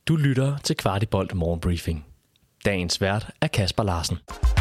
Du lytter til Kvartibolt Morgenbriefing. Dagens vært er Kasper Larsen.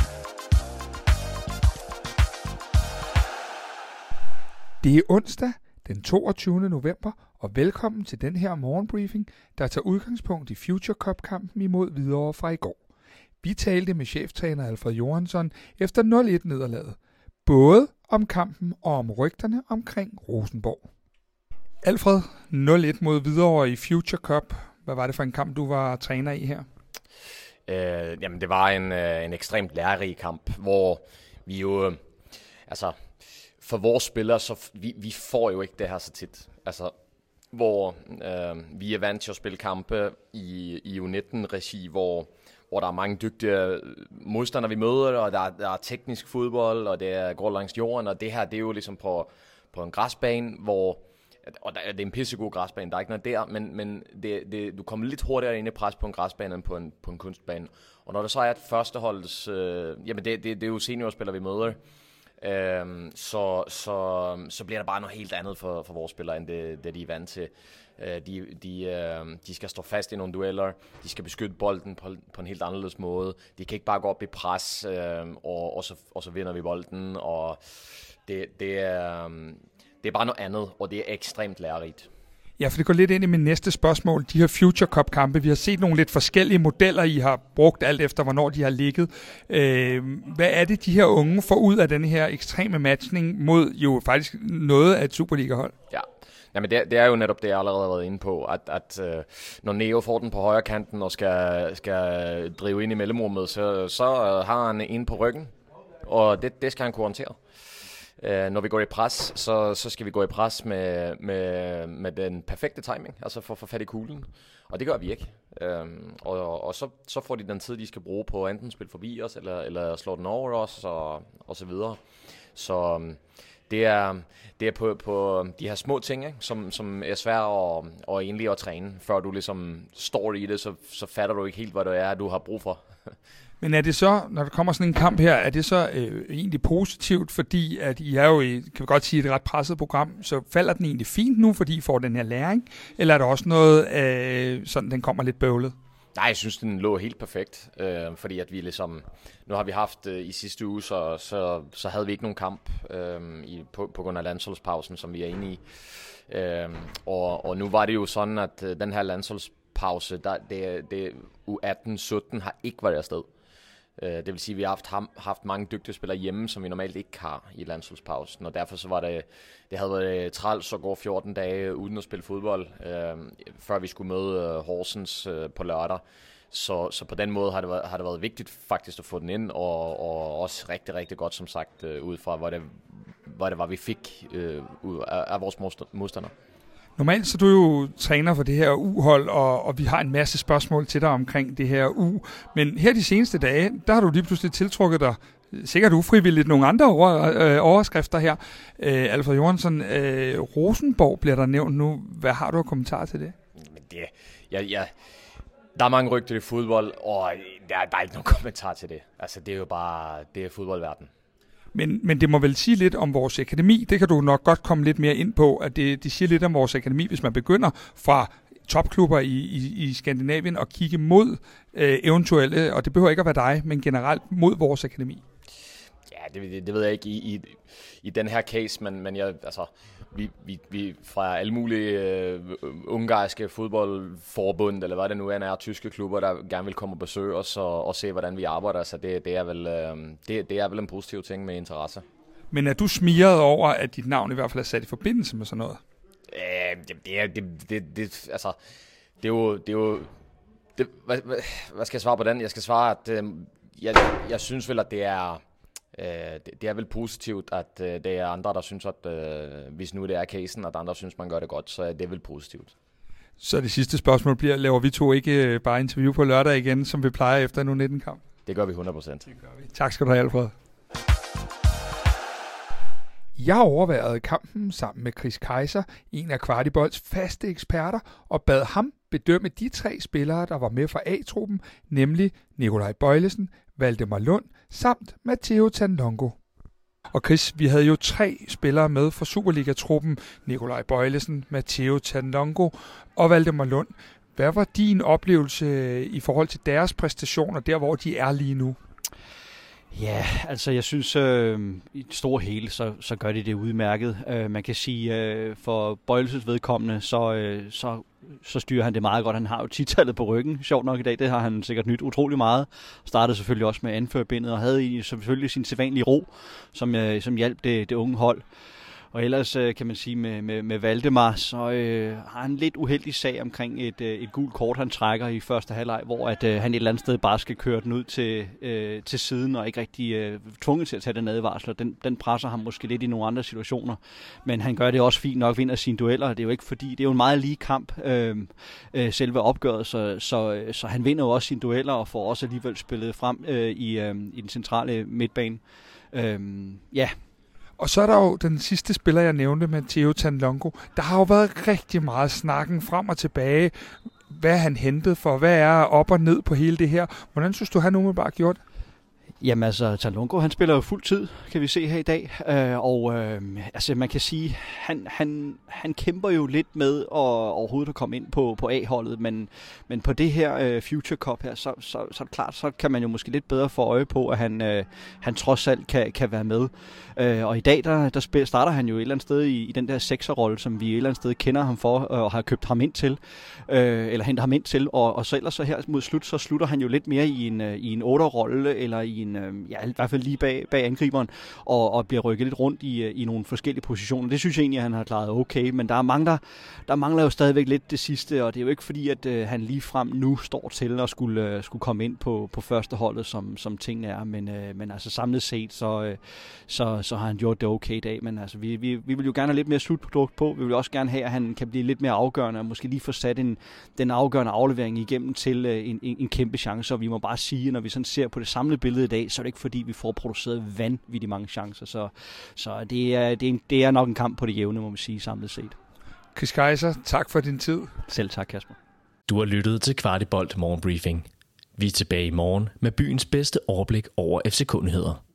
Det er onsdag den 22. november, og velkommen til den her morgenbriefing, der tager udgangspunkt i Future Cup-kampen imod Hvidovre fra i går. Vi talte med cheftræner Alfred Johansson efter 0-1-nederlaget, både om kampen og om rygterne omkring Rosenborg. Alfred, 0-1 mod Hvidovre i Future Cup. Hvad var det for en kamp, du var træner i her? Jamen, det var en ekstremt lærerig kamp, hvor vi jo, for vores spillere, så vi får jo ikke det her så tit. Altså, hvor vi er vant til at spille kampe i U19-regi, hvor der er mange dygtige modstandere, vi møder, og der er teknisk fodbold, og det går langs jorden, og det her, det er jo ligesom på en græsbane, og det er en pissegod græsbane, der er ikke noget der, men du kommer lidt hurtigere ind i pres på en græsbane end på en kunstbane. Og når der så er et førsteholds, det er jo seniorspillere, vi møder, så bliver der bare noget helt andet for vores spillere, end det de er vant til. De skal stå fast i nogle dueller, de skal beskytte bolden på en helt anderledes måde. De kan ikke bare gå op i pres, og så vinder vi bolden, og det er bare noget andet, og det er ekstremt lærerigt. Ja, for det går lidt ind i min næste spørgsmål. De her Future Cup-kampe, vi har set nogle lidt forskellige modeller, I har brugt alt efter, hvornår de har ligget. Hvad er det, de her unge får ud af den her ekstreme matchning mod jo faktisk noget af et Superliga-hold? Ja. Jamen det er jo netop det, jeg allerede har været inde på, at når Neo får den på højre kanten og skal drive ind i mellemrummet, så har han en på ryggen, og det skal han kunne håndtere. Når vi går i pres, så skal vi gå i pres med den perfekte timing, altså for at få fat i kuglen. Og det gør vi ikke. Og så får de den tid, de skal bruge på enten spille forbi os, eller slå den over os, og så videre. Så det er på de her små ting, ikke, som er svært at egentlig at træne. Før du ligesom står i det, så fatter du ikke helt, hvad det er, du har brug for. Men er det så, når der kommer sådan en kamp her, er det så egentlig positivt, fordi at I er jo kan vi godt sige, et ret presset program, så falder den egentlig fint nu, fordi I får den her læring, eller er der også noget, sådan den kommer lidt bøvlet? Nej, jeg synes, den lå helt perfekt, fordi at vi ligesom, nu har vi haft i sidste uge, så havde vi ikke nogen kamp på grund af landsholdspausen, som vi er inde i. Og nu var det jo sådan, at den her landsholdspause, det U18-17 har ikke været afsted. Det vil sige, at vi har haft mange dygtige spillere hjemme, som vi normalt ikke har i landsholdspausen, og derfor så var det havde været træls at gå 14 dage uden at spille fodbold, før vi skulle møde Horsens på lørdag. Så på den måde har det været vigtigt faktisk at få den ind, og også rigtig, rigtig godt, som sagt, ud fra, hvad det var, vi fik af vores modstandere. Normalt så er du jo træner for det her U-hold, og vi har en masse spørgsmål til dig omkring det her U. Men her de seneste dage, der har du lige pludselig tiltrukket dig, sikkert ufrivilligt, nogle andre overskrifter her. Alfred Johansson, Rosenborg bliver der nævnt nu. Hvad har du af kommentar til det? Men der er mange rygter i fodbold, og der er ikke nogen kommentar til det. Altså, det er jo bare, det er fodboldverden. Men det må vel sige lidt om vores akademi. Det kan du nok godt komme lidt mere ind på, at det siger lidt om vores akademi, hvis man begynder fra topklubber i Skandinavien og kigge mod eventuelle, og det behøver ikke at være dig, men generelt mod vores akademi. Ja, det ved jeg ikke i den her case, men vi fra alle mulige ungarske fodboldforbund, eller hvad det nu er, tyske klubber, der gerne vil komme og besøge os og se, hvordan vi arbejder, så det er vel en positiv ting med interesse. Men er du smiret over, at dit navn i hvert fald er sat i forbindelse med sådan noget? Hvad skal jeg svare på den? Jeg skal svare, at jeg synes vel, at det er vel positivt, at det er andre, der synes, at hvis nu det er casen, at andre synes, man gør det godt, så er det vel positivt. Så det sidste spørgsmål bliver, laver vi to ikke bare interview på lørdag igen, som vi plejer efter en U19-kamp? Det gør vi 100%. Det gør vi. Tak skal du have, Alfred. Jeg overværede kampen sammen med Chris Kaiser, en af Kvartibolts faste eksperter, og bad ham bedømme de 3 spillere, der var med fra A-truppen, nemlig Nikolaj Bøjlesen, Valdemar Lund samt Matteo Tandongo. Og Chris, vi havde jo 3 spillere med fra Superliga-truppen, Nikolaj Bøjlesen, Matteo Tandongo og Valdemar Lund. Hvad var din oplevelse i forhold til deres præstationer, der hvor de er lige nu? Ja, altså jeg synes, i det store hele, så gør de det udmærket. Man kan sige, for Bøjelses vedkommende, så styrer han det meget godt. Han har jo 10-tallet på ryggen, sjovt nok i dag. Det har han sikkert nyt utrolig meget. Startede selvfølgelig også med anførbindet og havde selvfølgelig sin sædvanlige ro, som hjalp det unge hold. Og ellers kan man sige med Valdemar, så har han en lidt uheldig sag omkring et gult kort, han trækker i første halvleg, hvor at han et eller andet sted bare skal køre den ud til siden og ikke rigtig tvunget til at tage den advarsel. Den presser ham måske lidt i nogle andre situationer, men han gør det også fint nok, vinder sine dueller. Det er jo ikke fordi, det er jo en meget lige kamp, selve opgøret, så han vinder jo også sine dueller og får også alligevel spillet frem i den centrale midtbane. Ja. Og så er der jo den sidste spiller, jeg nævnte, Matteo Tanlongo. Der har jo været rigtig meget snakken frem og tilbage. Hvad han hentede for? Hvad er op og ned på hele det her? Hvordan synes du, han umiddelbart gjort? Jamen altså, Tanlongo, han spiller jo fuld tid, kan vi se her i dag. Altså man kan sige, han kæmper jo lidt med at overhovedet at komme ind på A-holdet, men på det her Future Cup her, så er det klart, så kan man jo måske lidt bedre få øje på, at han trods alt kan være med. Og i dag, der starter han jo et eller andet sted i den der sekserrolle, som vi et eller andet sted kender ham for, og har købt ham ind til, eller hentet ham ind til, og så ellers så her mod slut, så slutter han jo lidt mere i en 8'er-rolle, eller i en, i hvert fald lige bag angriberen, og bliver rykket lidt rundt i nogle forskellige positioner. Det synes jeg egentlig, at han har klaret okay, men der mangler jo stadigvæk lidt det sidste, og det er jo ikke fordi, at han lige frem nu står til at skulle komme ind på første holdet, som tingene er, men altså samlet set, så har han gjort det okay i dag, men altså vi vil jo gerne have lidt mere slutprodukt på. Vi vil også gerne have, at han kan blive lidt mere afgørende, og måske lige få sat den afgørende aflevering igennem til en kæmpe chance, og vi må bare sige, når vi sådan ser på det samlede billede i dag, så er det ikke fordi, vi får produceret vanvittigt mange chancer, så det er nok en kamp på det jævne, må man sige, samlet set. Chris Kaiser, tak for din tid. Selv tak, Kasper. Du har lyttet til Kvartibolt Morgenbriefing. Vi er tilbage i morgen med byens bedste overblik over FCK-nyheder.